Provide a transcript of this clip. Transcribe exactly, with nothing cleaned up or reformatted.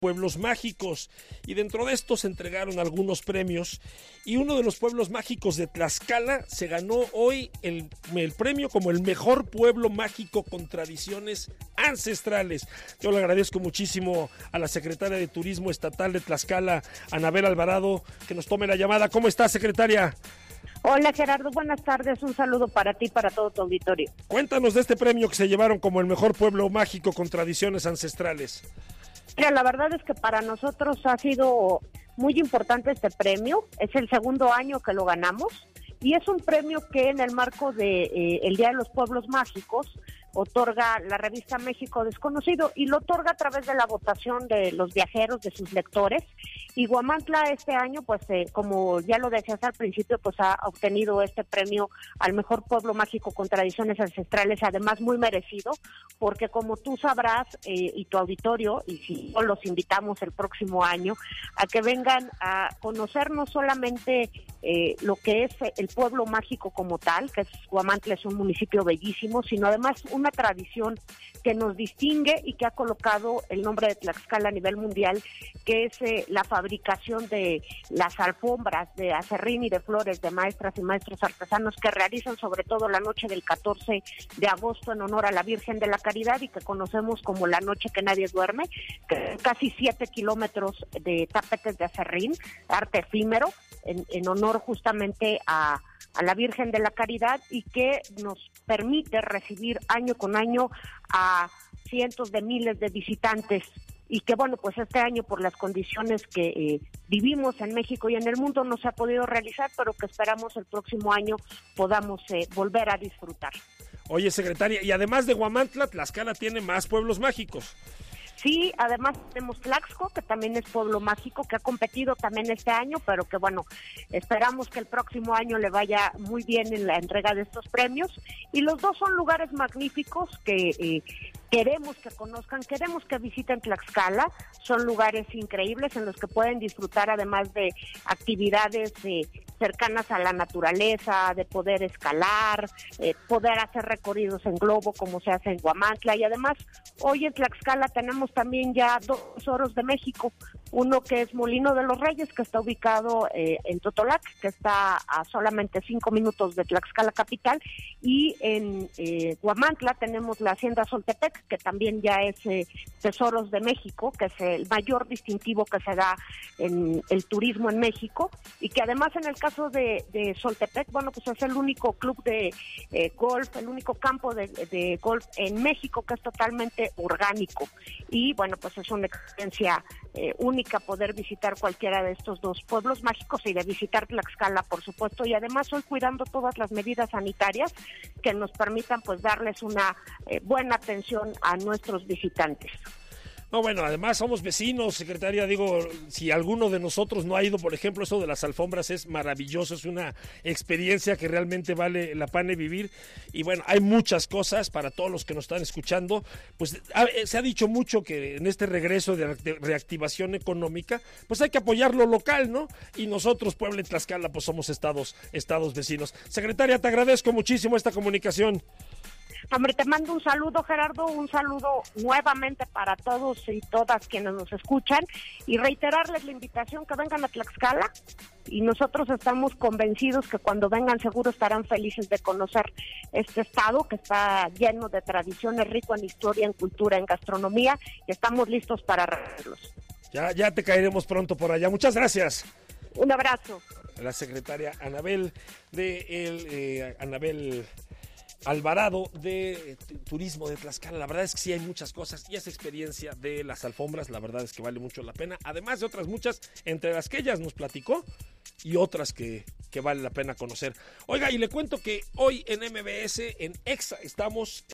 pueblos mágicos, y dentro de estos se entregaron algunos premios, y uno de los pueblos mágicos de Tlaxcala se ganó hoy el, el premio como el mejor pueblo mágico con tradiciones ancestrales. Yo le agradezco muchísimo a la secretaria de Turismo Estatal de Tlaxcala, Anabel Alvarado, que nos tome la llamada. ¿Cómo está, secretaria? Hola, Gerardo, buenas tardes, un saludo para ti y para todo tu auditorio. Cuéntanos de este premio que se llevaron como el mejor pueblo mágico con tradiciones ancestrales. Mira, la verdad es que para nosotros ha sido muy importante este premio, es el segundo año que lo ganamos y es un premio que en el marco de eh, el Día de los Pueblos Mágicos otorga la revista México Desconocido y lo otorga a través de la votación de los viajeros, de sus lectores. Y Huamantla este año, pues eh, como ya lo decías al principio, pues ha obtenido este premio al mejor pueblo mágico con tradiciones ancestrales, además muy merecido, porque como tú sabrás eh, y tu auditorio, y si no, los invitamos el próximo año a que vengan a conocer no solamente eh, lo que es el pueblo mágico como tal, que es Huamantla, es un municipio bellísimo, sino además un una tradición que nos distingue y que ha colocado el nombre de Tlaxcala a nivel mundial, que es eh, la fabricación de las alfombras de acerrín y de flores de maestras y maestros artesanos que realizan sobre todo la noche del catorce de agosto en honor a la Virgen de la Caridad y que conocemos como la noche que nadie duerme, que casi siete kilómetros de tapetes de acerrín, arte efímero, en, en honor justamente a a la Virgen de la Caridad y que nos permite recibir año con año a cientos de miles de visitantes y que bueno, pues este año por las condiciones que eh, vivimos en México y en el mundo no se ha podido realizar, pero que esperamos el próximo año podamos eh, volver a disfrutar. Oye, secretaria, y además de Huamantla, Tlaxcala tiene más pueblos mágicos. Sí, además tenemos Tlaxco, que también es pueblo mágico, que ha competido también este año, pero que bueno, esperamos que el próximo año le vaya muy bien en la entrega de estos premios. Y los dos son lugares magníficos que eh, queremos que conozcan, queremos que visiten Tlaxcala. Son lugares increíbles en los que pueden disfrutar además de actividades eh, cercanas a la naturaleza, de poder escalar, eh, poder hacer recorridos en globo como se hace en Huamantla. Y además, hoy en Tlaxcala tenemos también ya dos tesoros de México, uno que es Molino de los Reyes, que está ubicado eh, en Totolac, que está a solamente cinco minutos de Tlaxcala capital, y en eh, Huamantla tenemos la Hacienda Soltepec, que también ya es eh, Tesoros de México, que es el mayor distintivo que se da en el turismo en México, y que además en el caso de, de Soltepec, bueno, pues es el único club de eh, golf, el único campo de, de golf en México que es totalmente orgánico, y bueno, pues es una experiencia eh, única poder visitar cualquiera de estos dos pueblos mágicos y de visitar Tlaxcala, por supuesto, y además hoy cuidando todas las medidas sanitarias que nos permitan pues darles una eh, buena atención a nuestros visitantes. No, bueno, además somos vecinos, secretaria, digo, si alguno de nosotros no ha ido, por ejemplo, eso de las alfombras es maravilloso, es una experiencia que realmente vale la pena vivir, y bueno, hay muchas cosas para todos los que nos están escuchando, pues ha, se ha dicho mucho que en este regreso de, de reactivación económica, pues hay que apoyar lo local, ¿no? Y nosotros, Puebla y Tlaxcala, pues somos estados, estados vecinos. Secretaria, te agradezco muchísimo esta comunicación. Hombre, te mando un saludo, Gerardo, un saludo nuevamente para todos y todas quienes nos escuchan y reiterarles la invitación que vengan a Tlaxcala y nosotros estamos convencidos que cuando vengan seguro estarán felices de conocer este estado que está lleno de tradiciones, rico en historia, en cultura, en gastronomía y estamos listos para recibirlos. Ya, ya te caeremos pronto por allá. Muchas gracias. Un abrazo. La secretaria Anabel de el, eh, Anabel Alvarado de Turismo de Tlaxcala. La verdad es que sí hay muchas cosas y esa experiencia de las alfombras, la verdad es que vale mucho la pena, además de otras muchas, entre las que ella nos platicó y otras que, que vale la pena conocer. Oiga, y le cuento que hoy en M B S, en Exa, estamos